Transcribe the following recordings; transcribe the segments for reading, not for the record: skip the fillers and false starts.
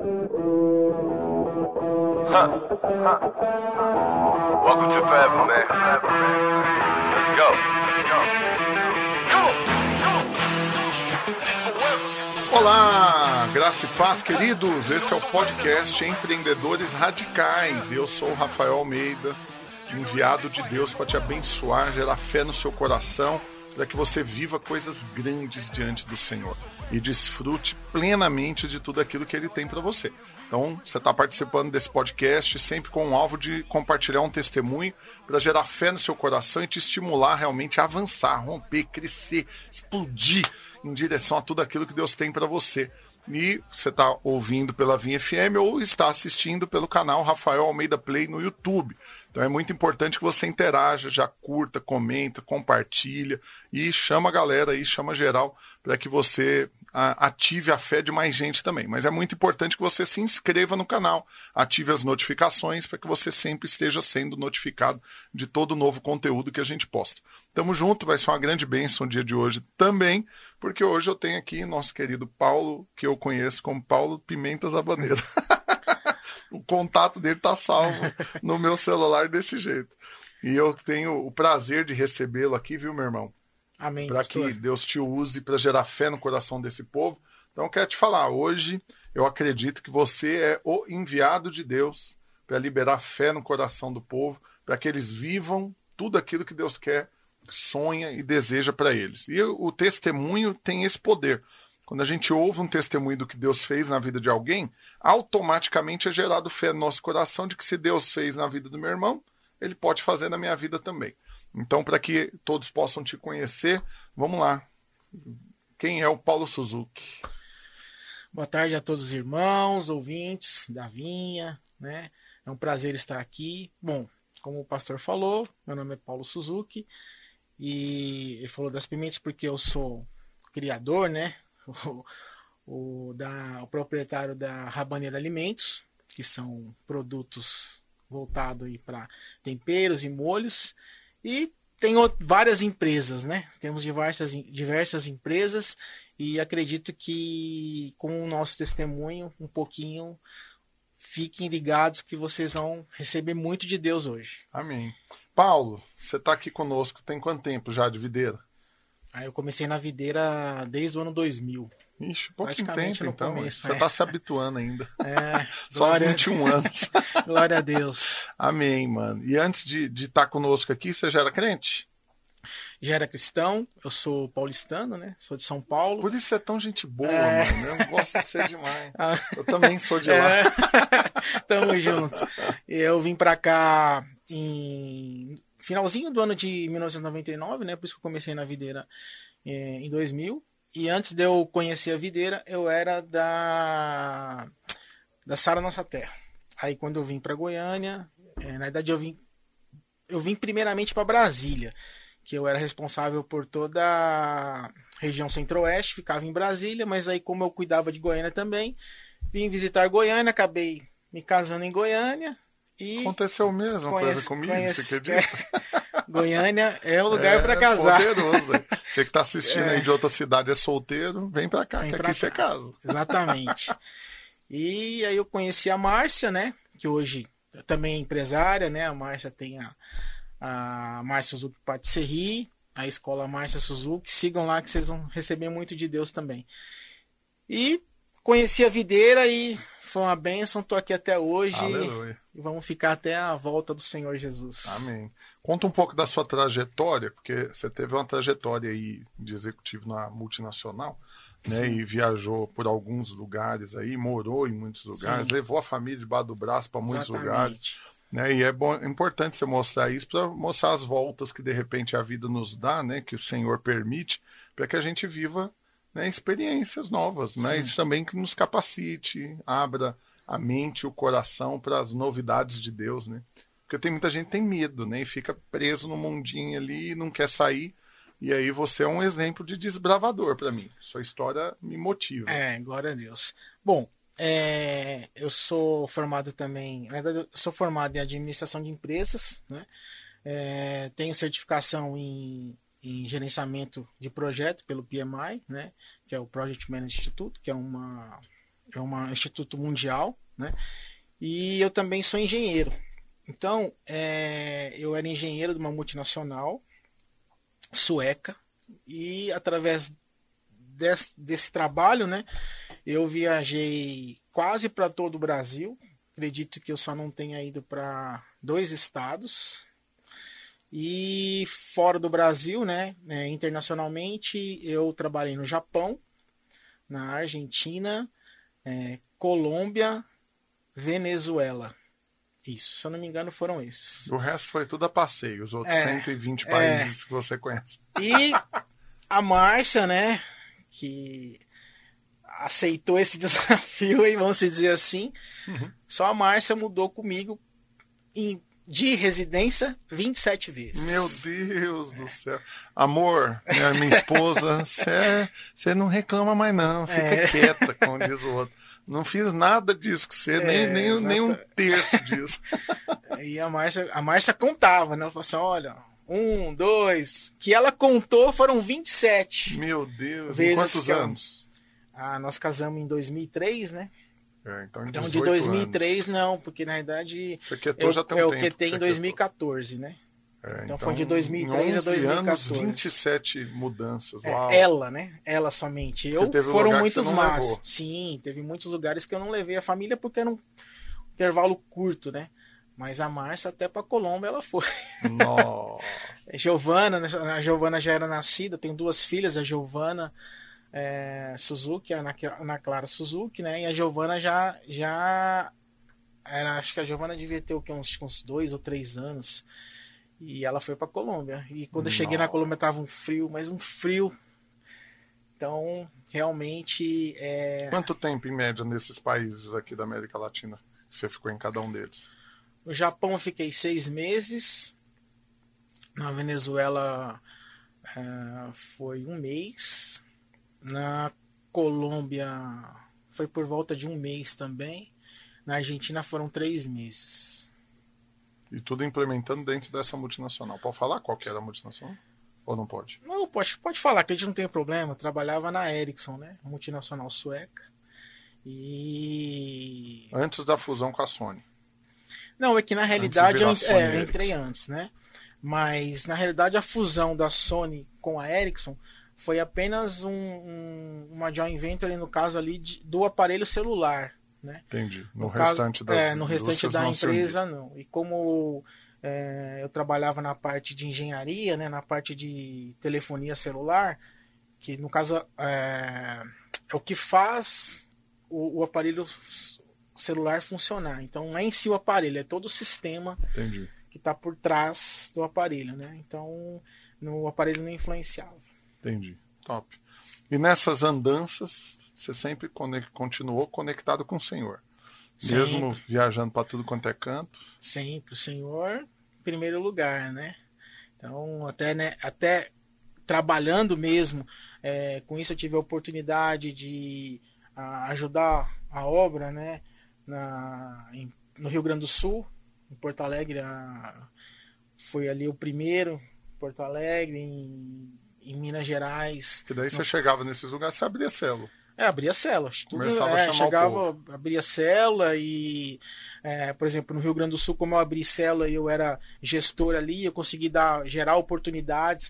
Welcome to Forever, man. Let's go. Come on. Olá, graça e paz, queridos. Esse é o podcast Empreendedores Radicais. Eu sou o Rafael Almeida, enviado de Deus para te abençoar, gerar fé no seu coração, para que você viva coisas grandes diante do Senhor e desfrute plenamente de tudo aquilo que Ele tem para você. Então, você está participando desse podcast sempre com o alvo de compartilhar um testemunho para gerar fé no seu coração e te estimular realmente a avançar, romper, crescer, explodir em direção a tudo aquilo que Deus tem para você. E você está ouvindo pela Vinha FM ou está assistindo pelo canal Rafael Almeida Play no YouTube. Então é muito importante que você interaja, já curta, comenta, compartilha e chama a galera aí, chama geral, para que você ative a fé de mais gente também. Mas é muito importante que você se inscreva no canal, ative as notificações para que você sempre esteja sendo notificado de todo novo conteúdo que a gente posta. Tamo junto, vai ser uma grande bênção o dia de hoje também, porque hoje eu tenho aqui nosso querido Paulo, que eu conheço como Paulo Pimentas Habanero. O contato dele tá salvo no meu celular desse jeito. E eu tenho o prazer de recebê-lo aqui, viu, meu irmão? Amém. Para que Deus te use para gerar fé no coração desse povo. Então eu quero te falar, hoje eu acredito que você é o enviado de Deus para liberar fé no coração do povo, para que eles vivam tudo aquilo que Deus quer, sonha e deseja para eles. E o testemunho tem esse poder. Quando a gente ouve um testemunho do que Deus fez na vida de alguém, automaticamente é gerado fé no nosso coração de que se Deus fez na vida do meu irmão, Ele pode fazer na minha vida também. Então, para que todos possam te conhecer, vamos lá. Quem é o Paulo Suzuki? Boa tarde a todos os irmãos, ouvintes da Vinha, né? É um prazer estar aqui. Bom, como o pastor falou, meu nome é Paulo Suzuki e ele falou das pimentas porque eu sou criador, né? O proprietário da Habanero Alimentos, que são produtos voltados para temperos e molhos, e tem várias empresas, né? Temos diversas empresas e acredito que com o nosso testemunho um pouquinho, fiquem ligados que vocês vão receber muito de Deus hoje. Amém. Paulo, você está aqui conosco tem quanto tempo já de videira? Eu comecei na videira desde o ano 2000. Ixi, pouquinho tempo, então. Começo, você está se habituando ainda. Só glória 21 anos. Glória a Deus. Amém, mano. E antes de estar conosco aqui, você já era crente? Já era cristão, eu sou paulistano, né? Sou de São Paulo. Por isso você é tão gente boa, mano. Eu gosto de ser demais. Eu também sou de lá. Tamo junto. Eu vim pra cá em finalzinho do ano de 1999, né? Por isso que eu comecei na videira em 2000. E antes de eu conhecer a videira, eu era da Sara Nossa Terra. Aí quando eu vim para Goiânia, na verdade eu vim primeiramente para Brasília, que eu era responsável por toda a região centro-oeste, ficava em Brasília, mas aí como eu cuidava de Goiânia também, vim visitar Goiânia, acabei me casando em Goiânia. E aconteceu a mesma coisa comigo, você acredita? Goiânia é o lugar para casar. Poderoso. Você que está assistindo aí de outra cidade é solteiro, vem para cá, que aqui você casa. Exatamente. E aí eu conheci a Márcia, né? Que hoje também é empresária, né? A Márcia tem a Márcia Suzuki Patisserie, a escola Márcia Suzuki. Sigam lá que vocês vão receber muito de Deus também. E conheci a videira e foi uma bênção, estou aqui até hoje. Aleluia. E vamos ficar até a volta do Senhor Jesus. Amém. Conta um pouco da sua trajetória, porque você teve uma trajetória aí de executivo na multinacional, né? E viajou por alguns lugares aí, morou em muitos lugares, Sim. levou a família debaixo do braço para muitos Exatamente. lugares. Né? E é importante você mostrar isso para mostrar as voltas que de repente a vida nos dá, né? Que o Senhor permite, para que a gente viva, né, experiências novas, né? Isso também que nos capacite, abra a mente, o coração para as novidades de Deus, né? Porque tem muita gente que tem medo, né? E fica preso no mundinho ali e não quer sair. E aí você é um exemplo de desbravador para mim. Sua história me motiva. Glória a Deus. Bom, eu sou formado também, na verdade, eu sou formado em administração de empresas, né? Tenho certificação em gerenciamento de projeto pelo PMI, né? Que é o Project Management Institute, que é uma é um instituto mundial, né? E eu também sou engenheiro. Então, eu era engenheiro de uma multinacional sueca e através desse trabalho, né, eu viajei quase para todo o Brasil. Acredito que eu só não tenha ido para 2 estados. E fora do Brasil, né, internacionalmente, eu trabalhei no Japão, na Argentina, Colômbia, Venezuela. Isso, se eu não me engano, foram esses. O resto foi tudo a passeio, os outros 120 países que você conhece. E a Márcia, né, que aceitou esse desafio, e vamos dizer assim, só a Márcia mudou comigo de residência 27 vezes. Meu Deus do céu. Amor, minha esposa, você não reclama mais não, fica quieta, como diz o outro. Não fiz nada disso com você, nem um terço disso. E a Márcia contava, né? Ela falou assim, olha, 1, 2, que ela contou foram 27. Meu Deus, vezes. Em quantos anos? Nós casamos em 2003, né? Então de 2003 anos. Não, porque na verdade você quietou já tem um tempo. Eu quietei em 2014, né? Então foi de 2003 a 2014. Anos, 27 mudanças. Uau. Ela, né? Ela somente. Foram muitos mais. Levou. Sim, teve muitos lugares que eu não levei a família porque era um intervalo curto, né? Mas a Márcia até para Colômbia ela foi. Nossa. A Giovana já era nascida, tenho 2 filhas, a Giovana Suzuki, a Ana Clara Suzuki, né? E a Giovana já era, acho que a Giovana devia ter uns 2 ou 3 anos. E ela foi para Colômbia. E quando eu cheguei na Colômbia tava um frio, mas um frio. Então, realmente Quanto tempo em média nesses países aqui da América Latina você ficou em cada um deles? No Japão eu fiquei 6 meses. Na Venezuela foi 1 mês. Na Colômbia foi por volta de 1 mês também. Na Argentina foram 3 meses. E tudo implementando dentro dessa multinacional. Pode falar qual que era a multinacional? Ou não pode? Não, pode falar, que a gente não tem problema. Eu trabalhava na Ericsson, né? Multinacional sueca. E... Antes da fusão com a Sony. Não, é que na realidade eu entrei antes, né? Mas na realidade a fusão da Sony com a Ericsson foi apenas uma joint venture, no caso ali, do aparelho celular. Né? Entendi. No restante da empresa, não. E como eu trabalhava na parte de engenharia, né, na parte de telefonia celular, que no caso é o que faz o aparelho celular funcionar. Então não é em si o aparelho, é todo o sistema Entendi. Que está por trás do aparelho. Né? Então o aparelho não influenciava. Entendi. Top. E nessas andanças você sempre continuou conectado com o Senhor. Sempre. Mesmo viajando para tudo quanto é canto. Sempre. O Senhor em primeiro lugar, né? Então, até trabalhando mesmo, com isso eu tive a oportunidade de ajudar a obra, né? No Rio Grande do Sul, em Porto Alegre. Foi ali o primeiro, Porto Alegre, em Minas Gerais. Que daí você chegava nesses lugares, você abria célula. Abria célula. Começava a chamar chegava, o povo. Abria célula e, por exemplo, no Rio Grande do Sul, como eu abri célula e eu era gestor ali, eu consegui gerar oportunidades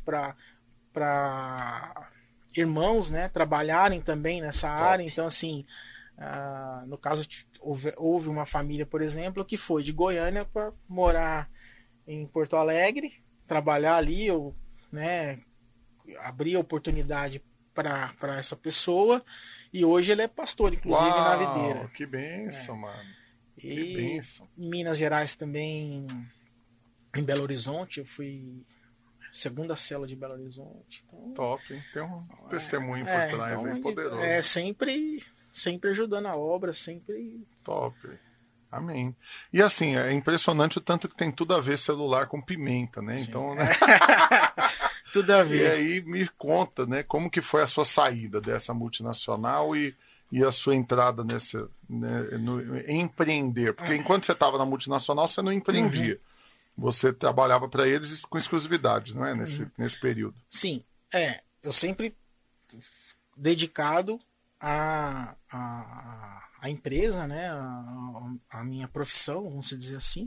para irmãos, né, trabalharem também nessa área. Então, assim, no caso, houve uma família, por exemplo, que foi de Goiânia para morar em Porto Alegre, trabalhar ali, eu, né, abri a oportunidade para essa pessoa, e hoje ele é pastor, inclusive. Uau, na Videira. Que bênção, mano. E bênção. Em Minas Gerais também, em Belo Horizonte, eu fui segunda célula de Belo Horizonte. Então, top, hein? Tem um testemunho por trás então, aí, poderoso. Sempre ajudando a obra, sempre... Top. Amém. E assim, é impressionante o tanto que tem tudo a ver celular com pimenta, né? Sim. Então, né? Tudo a ver. E aí me conta, né, como que foi a sua saída dessa multinacional e a sua entrada no empreender. Porque enquanto você estava na multinacional, você não empreendia. Você trabalhava para eles com exclusividade, não é? Nesse período. Sim, eu sempre dedicado a empresa, né? A minha profissão, vamos dizer assim.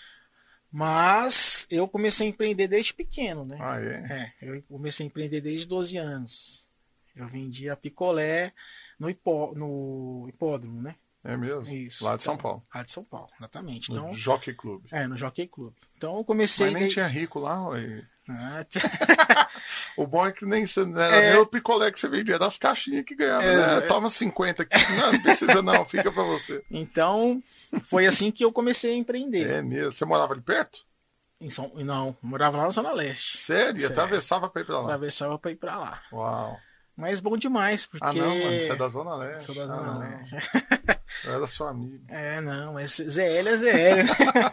Mas eu comecei a empreender desde pequeno, né? Ah, é? Eu comecei a empreender desde 12 anos. Eu vendia picolé no hipódromo, né? É mesmo? Isso. Lá de São Paulo. Lá de São Paulo, exatamente. No Então, Jockey Club. no Jockey Club. Então eu comecei... Mas nem tinha rico lá, ué. Ah, O bom é que nem era nem o picolé que você vendia, das caixinhas que ganhava. Né? Toma 50 aqui. Não precisa não, fica pra você. Então, foi assim que eu comecei a empreender. É mesmo? Você morava ali perto? Não, eu morava lá na Zona Leste. Sério? Atravessava pra ir pra lá? Atravessava pra ir pra lá. Uau. Mas bom demais, porque... Ah, não, mano, você é da Zona Leste. Sou da Zona Leste. Eu era seu amigo. Não, mas ZL é ZL.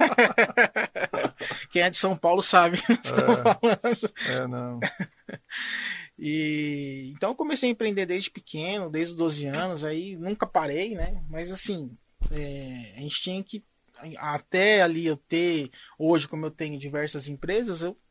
Quem é de São Paulo sabe o que estou falando. Não. Então eu comecei a empreender desde pequeno, desde os 12 anos, aí nunca parei, né? Mas assim, a gente tinha que, até ali eu ter, hoje como eu tenho diversas empresas, eu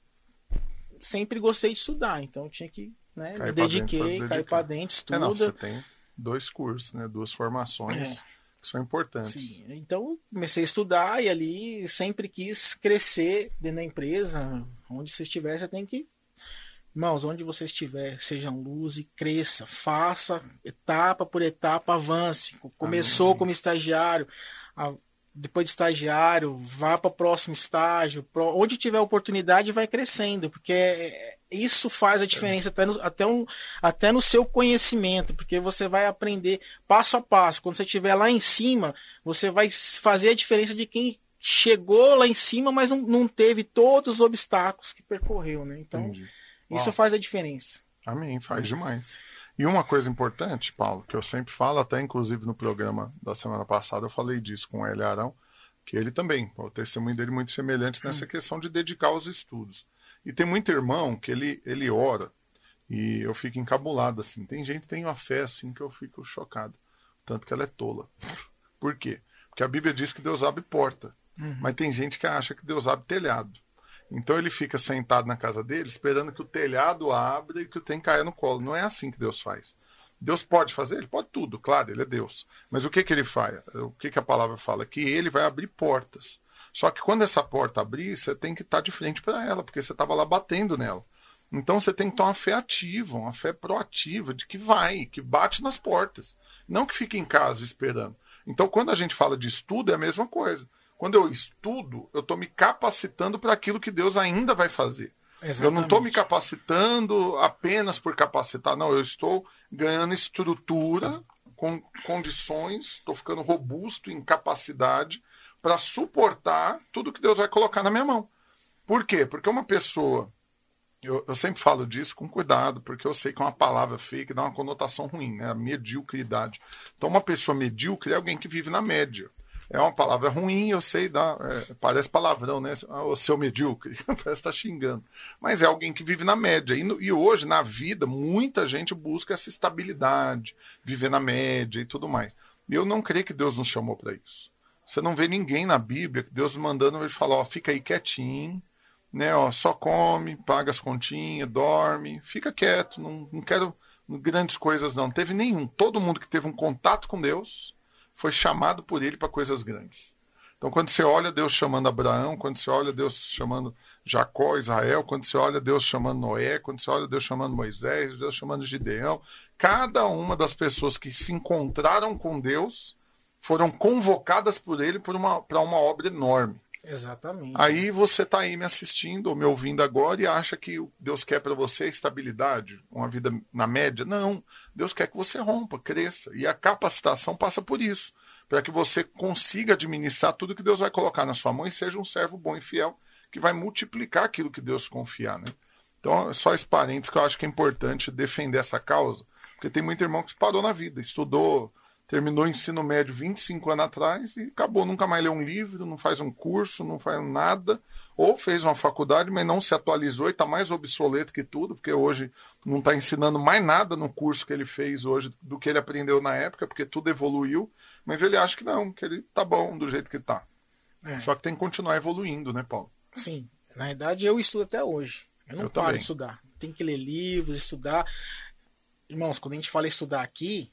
sempre gostei de estudar, então eu tinha que, né, me dediquei, cair para dentro, estuda. Não, você tem 2 cursos, né? 2 formações que são importantes. Sim, então comecei a estudar e ali sempre quis crescer dentro da empresa, onde você estiver, você tem que, irmãos, onde você estiver, seja luz e cresça, faça etapa por etapa, avance. Começou como estagiário, depois de estagiário, vá para o próximo estágio, onde tiver oportunidade vai crescendo, porque isso faz a diferença até no seu conhecimento, porque você vai aprender passo a passo. Quando você estiver lá em cima, você vai fazer a diferença de quem chegou lá em cima, mas não teve todos os obstáculos que percorreu, né? Então, isso faz a diferença. Amém, faz demais. E uma coisa importante, Paulo, que eu sempre falo, até inclusive no programa da semana passada eu falei disso com o Hélio Arão, que ele também, o testemunho dele é muito semelhante nessa questão de dedicar aos estudos. E tem muito irmão que ele ora e eu fico encabulado assim. Tem gente que tem uma fé assim que eu fico chocado, tanto que ela é tola. Por quê? Porque a Bíblia diz que Deus abre porta, mas tem gente que acha que Deus abre telhado. Então ele fica sentado na casa dele, esperando que o telhado abra e que o trem caia no colo. Não é assim que Deus faz. Deus pode fazer? Ele pode tudo, claro, ele é Deus. Mas o que ele faz? O que a palavra fala? Que ele vai abrir portas. Só que quando essa porta abrir, você tem que estar de frente para ela, porque você estava lá batendo nela. Então você tem que ter uma fé ativa, uma fé proativa, de que bate nas portas. Não que fique em casa esperando. Então quando a gente fala de estudo, é a mesma coisa. Quando eu estudo, eu estou me capacitando para aquilo que Deus ainda vai fazer. Exatamente. Eu não estou me capacitando apenas por capacitar, não. Eu estou ganhando estrutura, com condições, estou ficando robusto em capacidade para suportar tudo que Deus vai colocar na minha mão. Por quê? Porque uma pessoa, eu sempre falo disso com cuidado, porque eu sei que é uma palavra feia que dá uma conotação ruim, né? A mediocridade. Então uma pessoa medíocre é alguém que vive na média. É uma palavra ruim, eu sei, parece palavrão, né? O seu medíocre, parece que está xingando. Mas é alguém que vive na média. E hoje, na vida, muita gente busca essa estabilidade, viver na média e tudo mais. E eu não creio que Deus nos chamou para isso. Você não vê ninguém na Bíblia que Deus mandando ele falar, ó, fica aí quietinho, né? Ó, só come, paga as continhas, dorme, fica quieto, não quero grandes coisas não. Teve nenhum. Todo mundo que teve um contato com Deus foi chamado por ele para coisas grandes. Então, quando você olha Deus chamando Abraão, quando você olha Deus chamando Jacó, Israel, quando você olha Deus chamando Noé, quando você olha Deus chamando Moisés, Deus chamando Gideão, cada uma das pessoas que se encontraram com Deus foram convocadas por ele para uma obra enorme. Exatamente. Aí você está aí me assistindo ou me ouvindo agora e acha que Deus quer para você estabilidade, uma vida na média. Não, Deus quer que você rompa, cresça. E a capacitação passa por isso, para que você consiga administrar tudo que Deus vai colocar na sua mão e seja um servo bom e fiel, que vai multiplicar aquilo que Deus confiar, né? Então, só esse parênteses que eu acho que é importante defender essa causa, porque tem muito irmão que parou na vida, estudou, terminou o ensino médio 25 anos atrás e acabou, nunca mais leu um livro, não faz um curso, não faz nada, ou fez uma faculdade, mas não se atualizou e está mais obsoleto que tudo, porque hoje não está ensinando mais nada no curso que ele fez hoje do que ele aprendeu na época, porque tudo evoluiu, mas ele acha que não, que ele tá bom do jeito que tá. Só que tem que continuar evoluindo, né, Paulo? Sim, na verdade eu estudo até hoje. Eu não paro de estudar. Tem que ler livros, estudar. Irmãos, quando a gente fala estudar aqui,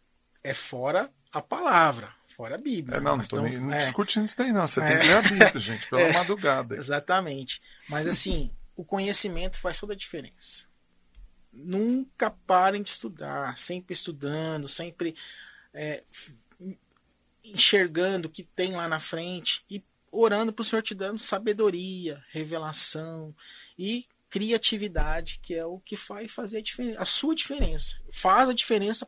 é fora a palavra, fora a Bíblia. Não estou nem discutindo isso daí, não. Você tem que ler a Bíblia, gente, pela madrugada. Exatamente. Mas assim, o conhecimento faz toda a diferença. Nunca parem de estudar, sempre estudando, sempre enxergando o que tem lá na frente e orando para o Senhor te dando sabedoria, revelação e criatividade, que é o que vai fazer a sua diferença. Faz a diferença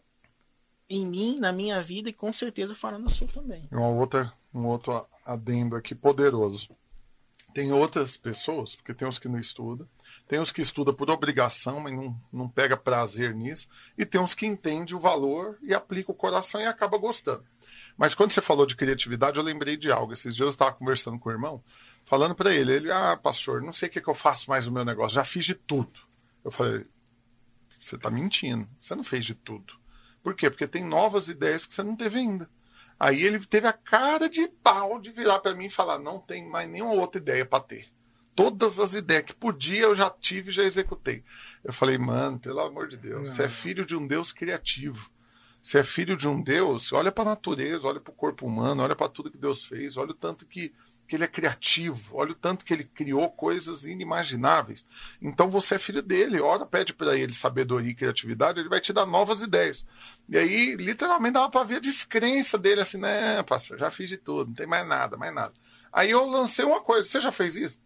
em mim, na minha vida, e com certeza fará na sua também. Um outro adendo aqui poderoso. Tem outras pessoas, porque tem os que não estudam, tem os que estudam por obrigação, mas não pega prazer nisso, e tem os que entendem o valor e aplicam o coração e acaba gostando. Mas quando você falou de criatividade, eu lembrei de algo. Esses dias eu estava conversando com o irmão, falando para ele, pastor, não sei o que eu faço mais no meu negócio, já fiz de tudo. Eu falei, você está mentindo, você não fez de tudo. Por quê? Porque tem novas ideias que você não teve ainda. Aí ele teve a cara de pau de virar para mim e falar, não tem mais nenhuma outra ideia para ter. Todas as ideias que podia eu já tive e já executei. Eu falei, mano, pelo amor de Deus, você é filho de um Deus criativo. Você é filho de um Deus, olha para a natureza, olha para o corpo humano, olha para tudo que Deus fez, olha o tanto que ele é criativo, olha o tanto que ele criou coisas inimagináveis. Então você é filho dele, ora, pede para ele sabedoria e criatividade, ele vai te dar novas ideias. E aí, literalmente, dava para ver a descrença dele, assim, né, pastor, já fiz de tudo, não tem mais nada, mais nada. Aí eu lancei uma coisa, você já fez isso?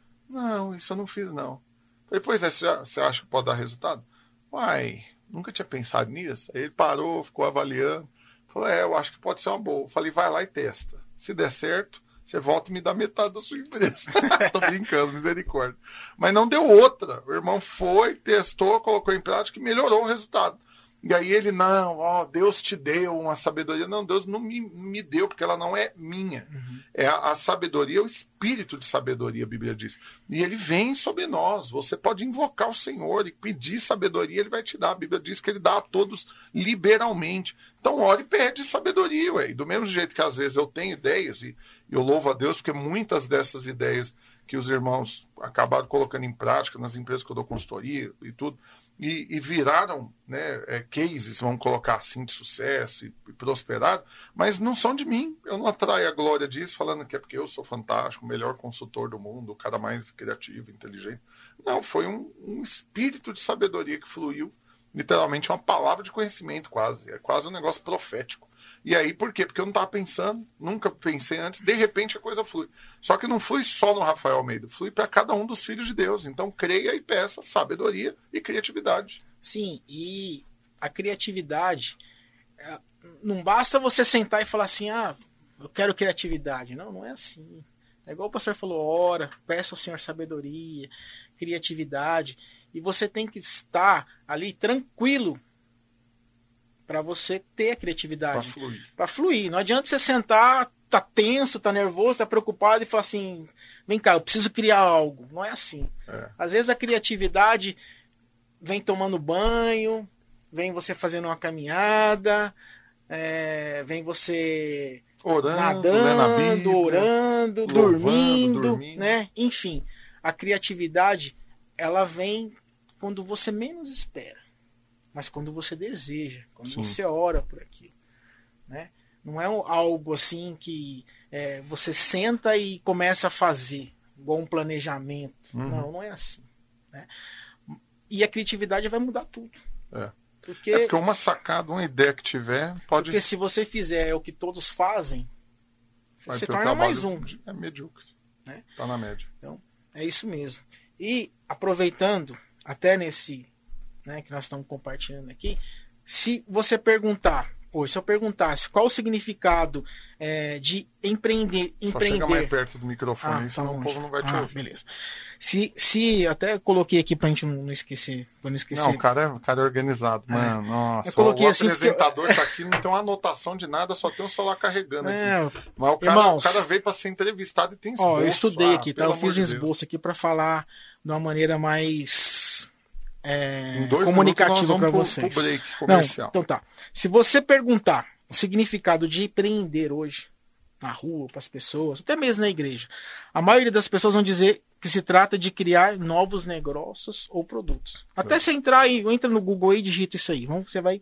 Não, isso eu não fiz, não. Falei, pois é, você acha que pode dar resultado? Uai, nunca tinha pensado nisso. Aí ele parou, ficou avaliando. Falou, eu acho que pode ser uma boa. Falei, vai lá e testa. Se der certo, você volta e me dá metade da sua empresa. Tô brincando, misericórdia. Mas não deu outra. O irmão foi, testou, colocou em prática e melhorou o resultado. E aí ele, Deus te deu uma sabedoria. Não, Deus não me deu, porque ela não é minha. Uhum. É a sabedoria, o espírito de sabedoria, a Bíblia diz. E ele vem sobre nós. Você pode invocar o Senhor e pedir sabedoria, ele vai te dar. A Bíblia diz que ele dá a todos liberalmente. Então ore e pede sabedoria, ué. Do mesmo jeito que às vezes eu tenho ideias, e eu louvo a Deus, porque muitas dessas ideias que os irmãos acabaram colocando em prática nas empresas que eu dou consultoria e tudo, e viraram, né, cases, vamos colocar assim, de sucesso e prosperado, mas não são de mim. Eu não atraio a glória disso falando que é porque eu sou fantástico, o melhor consultor do mundo, o cara mais criativo, inteligente. Não, foi um espírito de sabedoria que fluiu, literalmente uma palavra de conhecimento quase, é quase um negócio profético. E aí, por quê? Porque eu não estava pensando, nunca pensei antes, de repente a coisa flui. Só que não flui só no Rafael Almeida, flui para cada um dos filhos de Deus. Então, creia e peça sabedoria e criatividade. Sim, e a criatividade, não basta você sentar e falar assim, eu quero criatividade. Não, não é assim. É igual o pastor falou, ora, peça ao Senhor sabedoria, criatividade, e você tem que estar ali tranquilo para você ter a criatividade. Para fluir. Não adianta você sentar, tá tenso, tá nervoso, tá preocupado e falar assim, vem cá, eu preciso criar algo. Não é assim. Às vezes a criatividade vem tomando banho, vem você fazendo uma caminhada, vem você nadando, orando, dormindo, né? Enfim, a criatividade, ela vem quando você menos espera. Mas quando você deseja, quando você ora por aquilo, né? Não é algo assim que você senta e começa a fazer, igual um planejamento. Não é assim, né? E a criatividade vai mudar tudo. Porque uma sacada, uma ideia que tiver, pode... Porque se você fizer o que todos fazem, você se torna mais um. É medíocre, né? Tá na média. Então, é isso mesmo. E aproveitando, até nesse... né, que nós estamos compartilhando aqui, se você perguntar, se eu perguntasse qual o significado de empreender... Só chega mais perto do microfone, senão o povo não vai te ouvir. Beleza. Se até coloquei aqui pra gente não esquecer. Não, o cara é organizado, mano. Nossa, eu coloquei o assim apresentador tá aqui, não tem uma anotação de nada, só tem um celular carregando aqui. Mas o cara veio para ser entrevistado e tem esboço. Eu estudei aqui, tá? Eu fiz um esboço aqui para falar de uma maneira mais... comunicativa para vocês. Então tá. Se você perguntar o significado de empreender hoje na rua, para as pessoas, até mesmo na igreja, a maioria das pessoas vão dizer que se trata de criar novos negócios ou produtos. Até você entra no Google e digita isso aí, você vai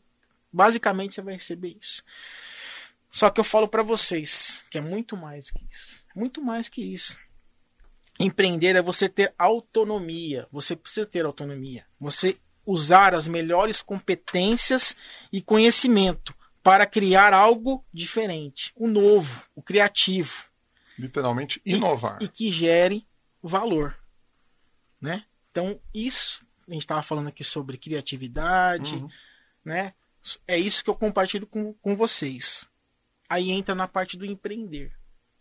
Basicamente você vai receber isso. Só que eu falo para vocês que é muito mais do que isso. Muito mais que isso. Empreender é você ter autonomia. Você precisa ter autonomia. Você usar as melhores competências e conhecimento para criar algo diferente, o novo, o criativo. Literalmente inovar. E que gere valor. Né? Então, isso, a gente estava falando aqui sobre criatividade, né? É isso que eu compartilho com vocês. Aí entra na parte do empreender.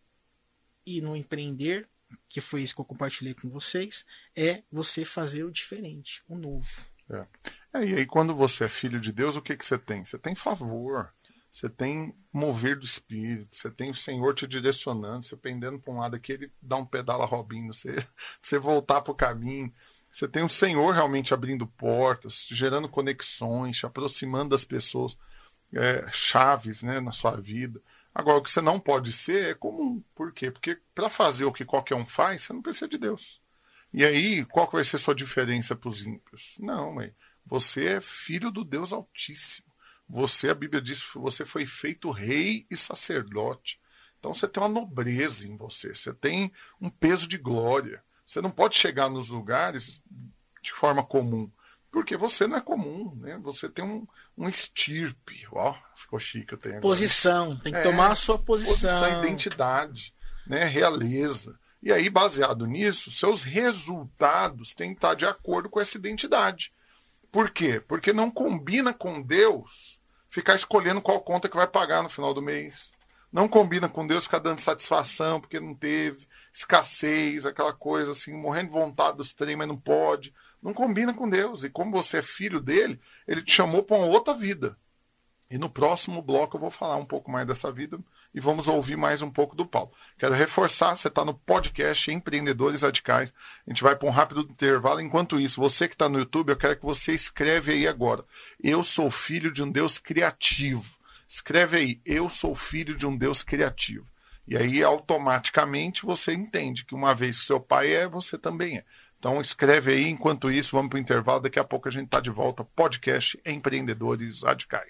E no empreender, que foi isso que eu compartilhei com vocês, é você fazer o diferente, o novo. E aí quando você é filho de Deus, o que você tem? Você tem favor, você tem mover do Espírito, você tem o Senhor te direcionando, você pendendo para um lado aqui, ele dá um pedala Robinho, você voltar para o caminho. Você tem o Senhor realmente abrindo portas, gerando conexões, te aproximando das pessoas, chaves, né, na sua vida. Agora, o que você não pode ser é comum. Por quê? Porque para fazer o que qualquer um faz, você não precisa de Deus. E aí, qual que vai ser a sua diferença para os ímpios? Não, mãe. Você é filho do Deus Altíssimo. Você, a Bíblia diz, você foi feito rei e sacerdote. Então você tem uma nobreza em você. Você tem um peso de glória. Você não pode chegar nos lugares de forma comum. Porque você não é comum, né? Você tem um estirpe. Ó, ficou chique até agora. Posição, tem que tomar a sua posição. Identidade, né? Realeza. E aí, baseado nisso, seus resultados têm que estar de acordo com essa identidade. Por quê? Porque não combina com Deus ficar escolhendo qual conta que vai pagar no final do mês. Não combina com Deus ficar dando satisfação porque não teve, escassez, aquela coisa assim, morrendo de vontade dos trem, mas não pode. Não combina com Deus. E como você é filho dele, ele te chamou para uma outra vida. E no próximo bloco eu vou falar um pouco mais dessa vida e vamos ouvir mais um pouco do Paulo. Quero reforçar, você está no podcast Empreendedores Radicais. A gente vai para um rápido intervalo. Enquanto isso, você que está no YouTube, eu quero que você escreve aí agora. Eu sou filho de um Deus criativo. Escreve aí, eu sou filho de um Deus criativo. E aí, automaticamente, você entende que uma vez que seu pai é, você também é. Então, escreve aí. Enquanto isso, vamos para o intervalo. Daqui a pouco a gente está de volta. Podcast Empreendedores Radicais.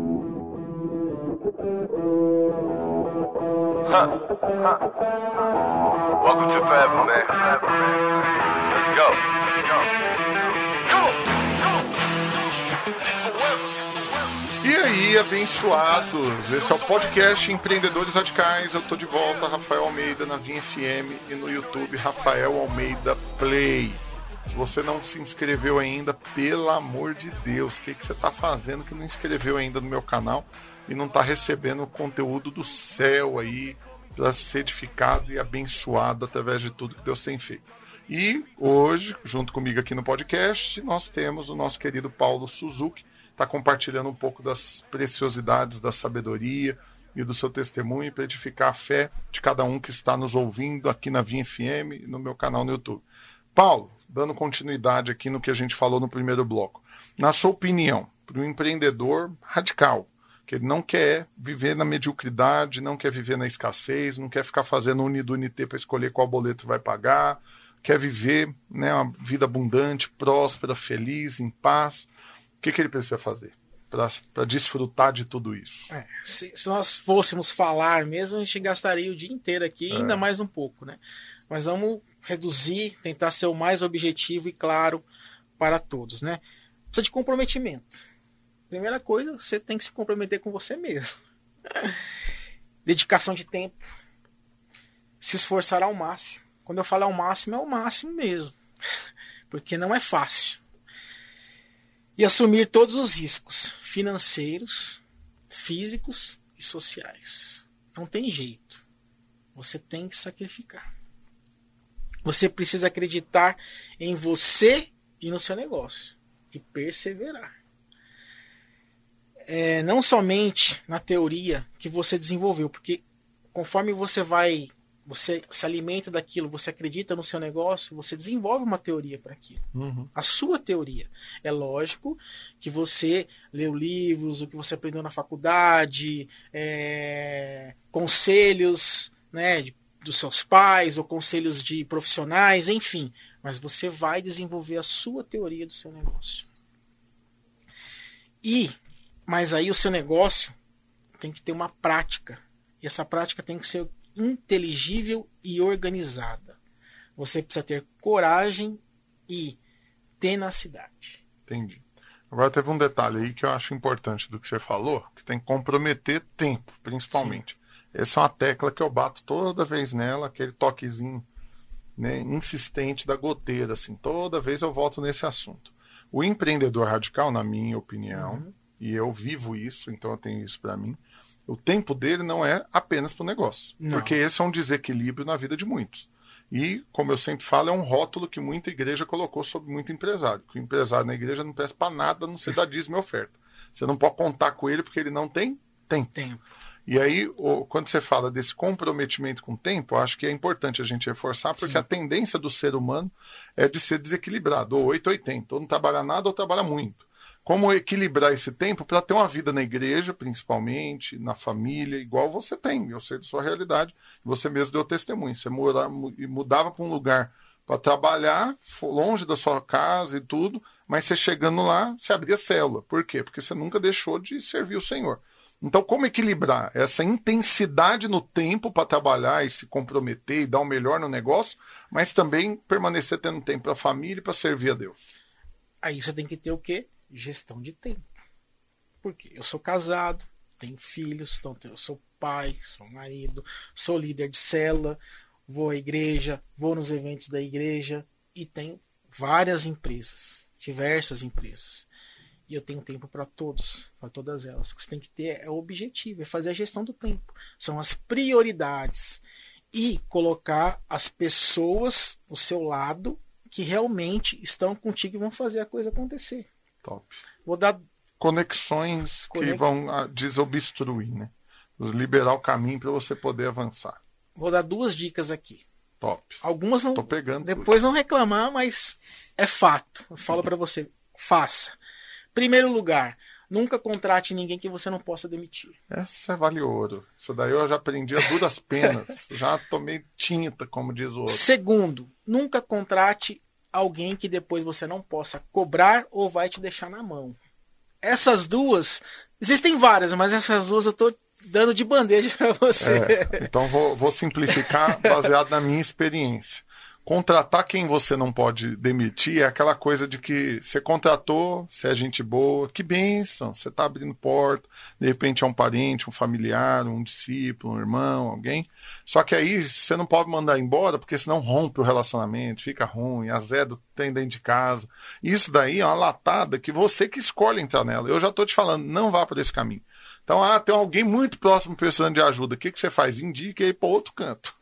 Welcome to Forever, man. Let's go. Come on. It's forever. E aí, abençoados, esse é o podcast Empreendedores Radicais. Eu tô de volta, Rafael Almeida na Vinha FM e no YouTube Rafael Almeida Play. Se você não se inscreveu ainda, pelo amor de Deus, o que você tá fazendo que não inscreveu ainda no meu canal e não tá recebendo o conteúdo do céu aí para ser edificado e abençoado através de tudo que Deus tem feito. E hoje, junto comigo aqui no podcast, nós temos o nosso querido Paulo Suzuki, está compartilhando um pouco das preciosidades da sabedoria e do seu testemunho para edificar a fé de cada um que está nos ouvindo aqui na Vinha FM e no meu canal no YouTube. Paulo, dando continuidade aqui no que a gente falou no primeiro bloco. Na sua opinião, para um empreendedor radical, que ele não quer viver na mediocridade, não quer viver na escassez, não quer ficar fazendo unidunité para escolher qual boleto vai pagar, quer viver, né, uma vida abundante, próspera, feliz, em paz. O que ele precisa fazer para desfrutar de tudo isso? Se nós fôssemos falar mesmo, a gente gastaria o dia inteiro aqui, ainda mais um pouco, né? Mas vamos reduzir, tentar ser o mais objetivo e claro para todos, né? Precisa de comprometimento. Primeira coisa, você tem que se comprometer com você mesmo. Dedicação de tempo. Se esforçar ao máximo. Quando eu falo ao máximo, é ao máximo mesmo. Porque não é fácil. E assumir todos os riscos financeiros, físicos e sociais. Não tem jeito. Você tem que sacrificar. Você precisa acreditar em você e no seu negócio. E perseverar. Não somente na teoria que você desenvolveu, porque conforme você se alimenta daquilo, você acredita no seu negócio, você desenvolve uma teoria para aquilo. A sua teoria. É lógico que você leu livros, o que você aprendeu na faculdade, conselhos, né, dos seus pais, ou conselhos de profissionais, enfim. Mas você vai desenvolver a sua teoria do seu negócio. E Mas aí o seu negócio tem que ter uma prática. E essa prática tem que ser inteligível e organizada. Você precisa ter coragem e tenacidade. Entendi. Agora teve um detalhe aí que eu acho importante do que você falou, que tem que comprometer tempo, principalmente. Essa é uma tecla que eu bato toda vez nela, aquele toquezinho, né, insistente da goteira, assim. Toda vez eu volto nesse assunto. O empreendedor radical, na minha opinião, e eu vivo isso, então eu tenho isso para mim, o tempo dele não é apenas para o negócio. Não. Porque esse é um desequilíbrio na vida de muitos. E, como eu sempre falo, é um rótulo que muita igreja colocou sobre muito empresário. Que o empresário na igreja não presta para nada, não se dá dízimo e oferta. Você não pode contar com ele porque ele não tem tempo. E aí, quando você fala desse comprometimento com o tempo, eu acho que é importante a gente reforçar, porque a tendência do ser humano é de ser desequilibrado, ou 880, ou não trabalha nada ou trabalha muito. Como equilibrar esse tempo para ter uma vida na igreja, principalmente, na família, igual você tem. Eu sei da sua realidade, você mesmo deu testemunho. Você mudava para um lugar para trabalhar, longe da sua casa e tudo, mas você chegando lá, você abria célula. Por quê? Porque você nunca deixou de servir o Senhor. Então, como equilibrar essa intensidade no tempo para trabalhar e se comprometer e dar o melhor no negócio, mas também permanecer tendo tempo para a família e para servir a Deus? Aí você tem que ter o quê? Gestão de tempo. Porque eu sou casado, tenho filhos, então eu sou pai, sou marido, sou líder de célula, vou à igreja, vou nos eventos da igreja e tenho várias empresas, diversas empresas. E eu tenho tempo para todas elas. O que você tem que ter é o objetivo, é fazer a gestão do tempo. São as prioridades. E colocar as pessoas ao seu lado que realmente estão contigo e vão fazer a coisa acontecer. Top. Vou dar conexões que vão desobstruir, né? Liberar o caminho para você poder avançar. Vou dar 2 dicas aqui. Top. Algumas não. Tô pegando. Depois não reclamar, mas é fato. Eu falo para você, faça. Primeiro lugar, nunca contrate ninguém que você não possa demitir. Essa vale ouro. Isso daí eu já aprendi a duras penas. Já tomei tinta, como diz o outro. Segundo, nunca contrate alguém que depois você não possa cobrar ou vai te deixar na mão. Essas duas, existem várias, mas essas duas eu tô dando de bandeja para você. Então vou simplificar baseado na minha experiência. Contratar quem você não pode demitir é aquela coisa de que você contratou, você é gente boa, que bênção, você está abrindo porta, de repente é um parente, um familiar, um discípulo, um irmão, alguém. Só que aí você não pode mandar embora, porque senão rompe o relacionamento, fica ruim, azeda tem dentro de casa. Isso daí é uma latada que você que escolhe entrar nela. Eu já estou te falando, não vá por esse caminho. Então, tem alguém muito próximo precisando de ajuda. O que você faz? Indica aí para outro canto.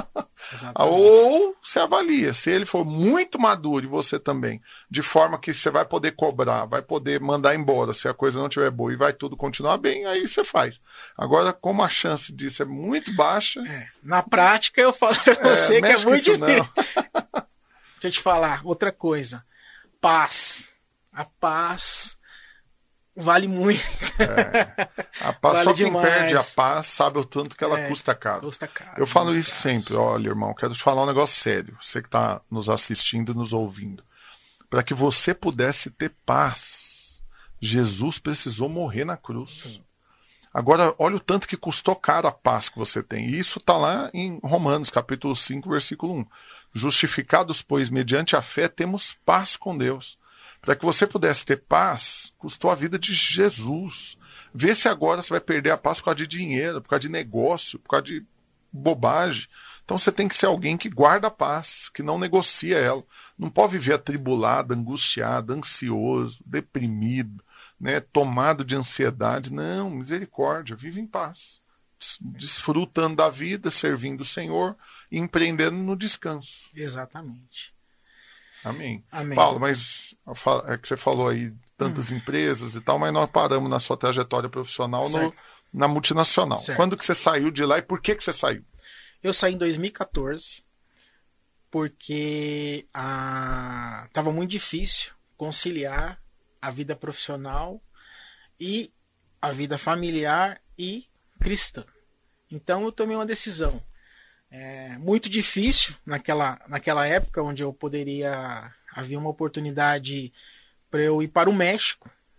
Ou você avalia. Se ele for muito maduro e você também, de forma que você vai poder cobrar, vai poder mandar embora se a coisa não estiver boa e vai tudo continuar bem, aí você faz. Agora, como a chance disso é muito baixa... Na prática, eu falo para você que é muito difícil. Não. Deixa eu te falar, outra coisa. Paz. A paz... vale muito. A paz, vale só quem demais. perde a paz sabe o tanto que ela custa caro. Custa caro. Eu falo isso sempre. Olha, irmão, quero te falar um negócio sério. Você que está nos assistindo e nos ouvindo. Para que você pudesse ter paz, Jesus precisou morrer na cruz. Agora, olha o tanto que custou caro a paz que você tem. E isso está lá em Romanos, capítulo 5, versículo 1. Justificados, pois, mediante a fé, temos paz com Deus. Para que você pudesse ter paz, custou a vida de Jesus. Vê se agora você vai perder a paz por causa de dinheiro, por causa de negócio, por causa de bobagem. Então você tem que ser alguém que guarda a paz, que não negocia ela. Não pode viver atribulado, angustiado, ansioso, deprimido, né, tomado de ansiedade. Não, misericórdia, vive em paz. Desfrutando da vida, servindo o Senhor e empreendendo no descanso. Exatamente. Amém. Amém. Paulo, mas é que você falou aí tantas empresas e tal, mas nós paramos na sua trajetória profissional na multinacional. Certo. Quando que você saiu de lá e por que você saiu? Eu saí em 2014 porque estava muito difícil conciliar a vida profissional e a vida familiar e cristã. Então eu tomei uma decisão. Muito difícil naquela época, onde eu havia uma oportunidade para eu ir para o México,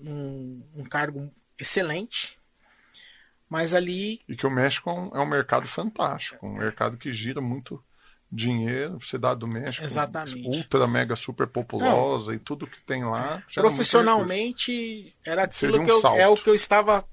um cargo excelente, mas ali... E que o México é um mercado fantástico, um mercado que gira muito dinheiro, cidade do México, Exatamente. ultra, mega, super populosa, e tudo que tem lá... Profissionalmente, era aquilo Seria um é o salto. que eu estava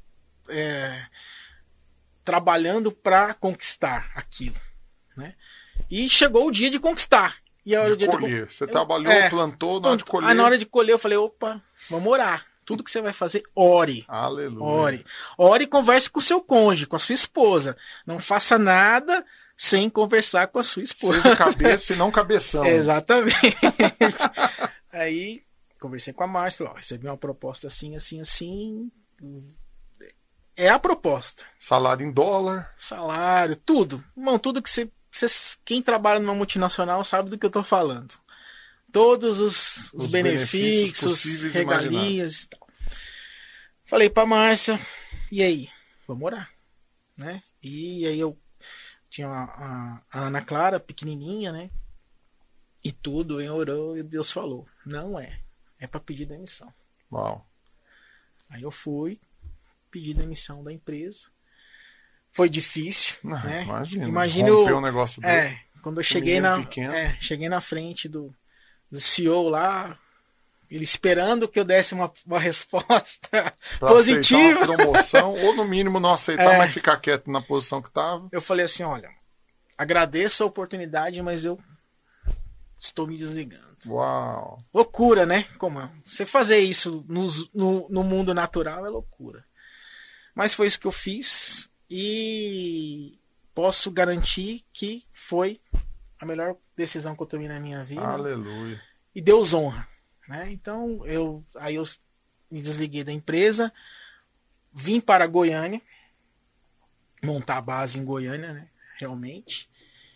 trabalhando para conquistar aquilo, né? E chegou o dia de conquistar. E a hora De colher. Você trabalhou, plantou, na hora de colher... Aí na hora de colher eu falei, opa, vamos orar. Tudo que você vai fazer, ore. Aleluia. Ore e converse com o seu cônjuge, com a sua esposa. Não faça nada sem conversar com a sua esposa. Seja cabeça e não cabeção. Exatamente. Aí, conversei com a Márcia, falei, recebi uma proposta assim, assim, assim. É a proposta. Salário em dólar. Salário, tudo. Irmão, tudo que quem trabalha numa multinacional sabe do que eu tô falando. Todos os benefícios, regalias e tal. Falei pra Márcia, e aí? Vamos orar, né? E aí eu tinha a Ana Clara, pequenininha, né? E tudo, eu orou e Deus falou, não é pra pedir demissão. Uau. Aí eu fui pedir demissão da empresa. Foi difícil, né? Imagina romper um negócio desse. Quando eu cheguei cheguei na frente do CEO lá, ele esperando que eu desse uma resposta positiva. Uma promoção, ou no mínimo não aceitar, mas ficar quieto na posição que estava. Eu falei assim, olha, agradeço a oportunidade, mas eu estou me desligando. Uau! Loucura, né? Como você fazer isso no mundo natural é loucura. Mas foi isso que eu fiz e posso garantir que foi a melhor decisão que eu tomei na minha vida. Aleluia. E Deus honra, né? Então eu me desliguei da empresa, vim para Goiânia, montar a base em Goiânia, né? Realmente.